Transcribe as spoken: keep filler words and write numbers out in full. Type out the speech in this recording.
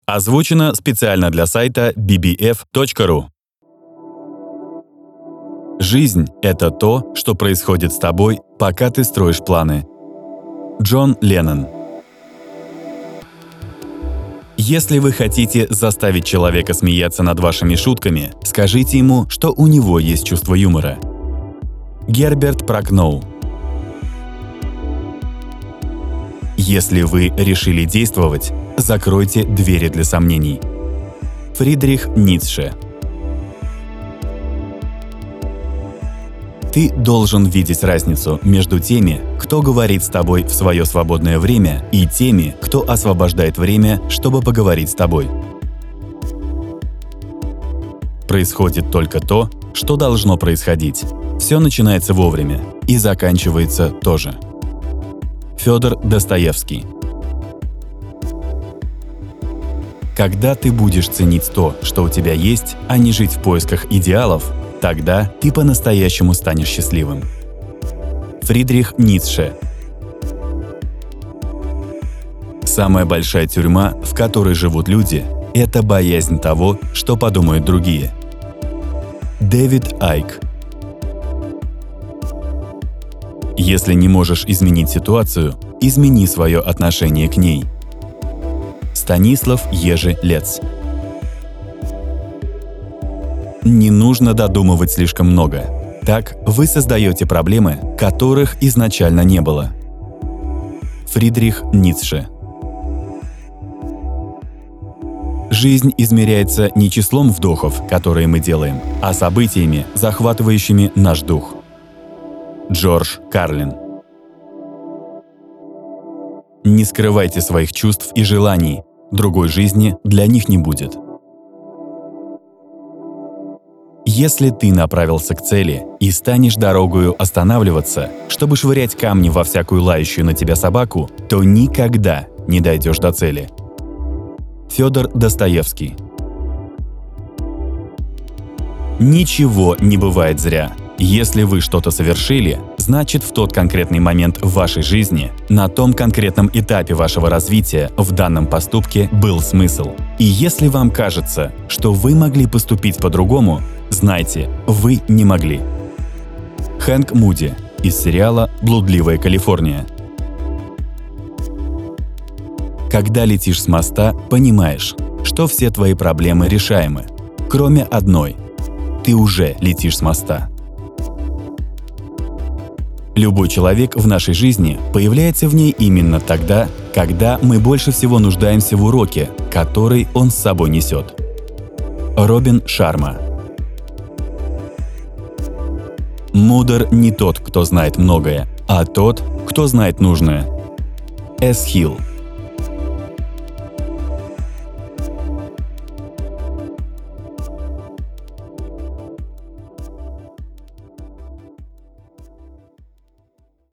Озвучено специально для сайта би би эф точка ру. Жизнь — это то, что происходит с тобой, пока ты строишь планы. Джон Леннон. Если вы хотите заставить человека смеяться над вашими шутками, скажите ему, что у него есть чувство юмора. Герберт Прокноу. Если вы решили действовать, закройте двери для сомнений. Фридрих Ницше. Ты должен видеть разницу между теми, кто говорит с тобой в свое свободное время, и теми, кто освобождает время, чтобы поговорить с тобой. Происходит только то, что должно происходить. Все начинается вовремя и заканчивается тоже. Федор Достоевский. Когда ты будешь ценить то, что у тебя есть, а не жить в поисках идеалов, тогда ты по-настоящему станешь счастливым. Фридрих Ницше. Самая большая тюрьма, в которой живут люди, это боязнь того, что подумают другие. Дэвид Айк. Если не можешь изменить ситуацию, измени свое отношение к ней. Станислав Ежи-Лец. Не нужно додумывать слишком много. Так вы создаете проблемы, которых изначально не было. Фридрих Ницше. Жизнь измеряется не числом вдохов, которые мы делаем, а событиями, захватывающими наш дух. Джордж Карлин. Не скрывайте своих чувств и желаний, другой жизни для них не будет. Если ты направился к цели и станешь дорогою останавливаться, чтобы швырять камни во всякую лающую на тебя собаку, то никогда не дойдешь до цели. Федор Достоевский. Ничего не бывает зря. Если вы что-то совершили, значит, в тот конкретный момент в вашей жизни, на том конкретном этапе вашего развития в данном поступке был смысл. И если вам кажется, что вы могли поступить по-другому, знайте, вы не могли. Хэнк Муди из сериала «Блудливая Калифорния». Когда летишь с моста, понимаешь, что все твои проблемы решаемы, кроме одной – ты уже летишь с моста. Любой человек в нашей жизни появляется в ней именно тогда, когда мы больше всего нуждаемся в уроке, который он с собой несет. Робин Шарма. Мудр не тот, кто знает многое, а тот, кто знает нужное. Эс Хилл.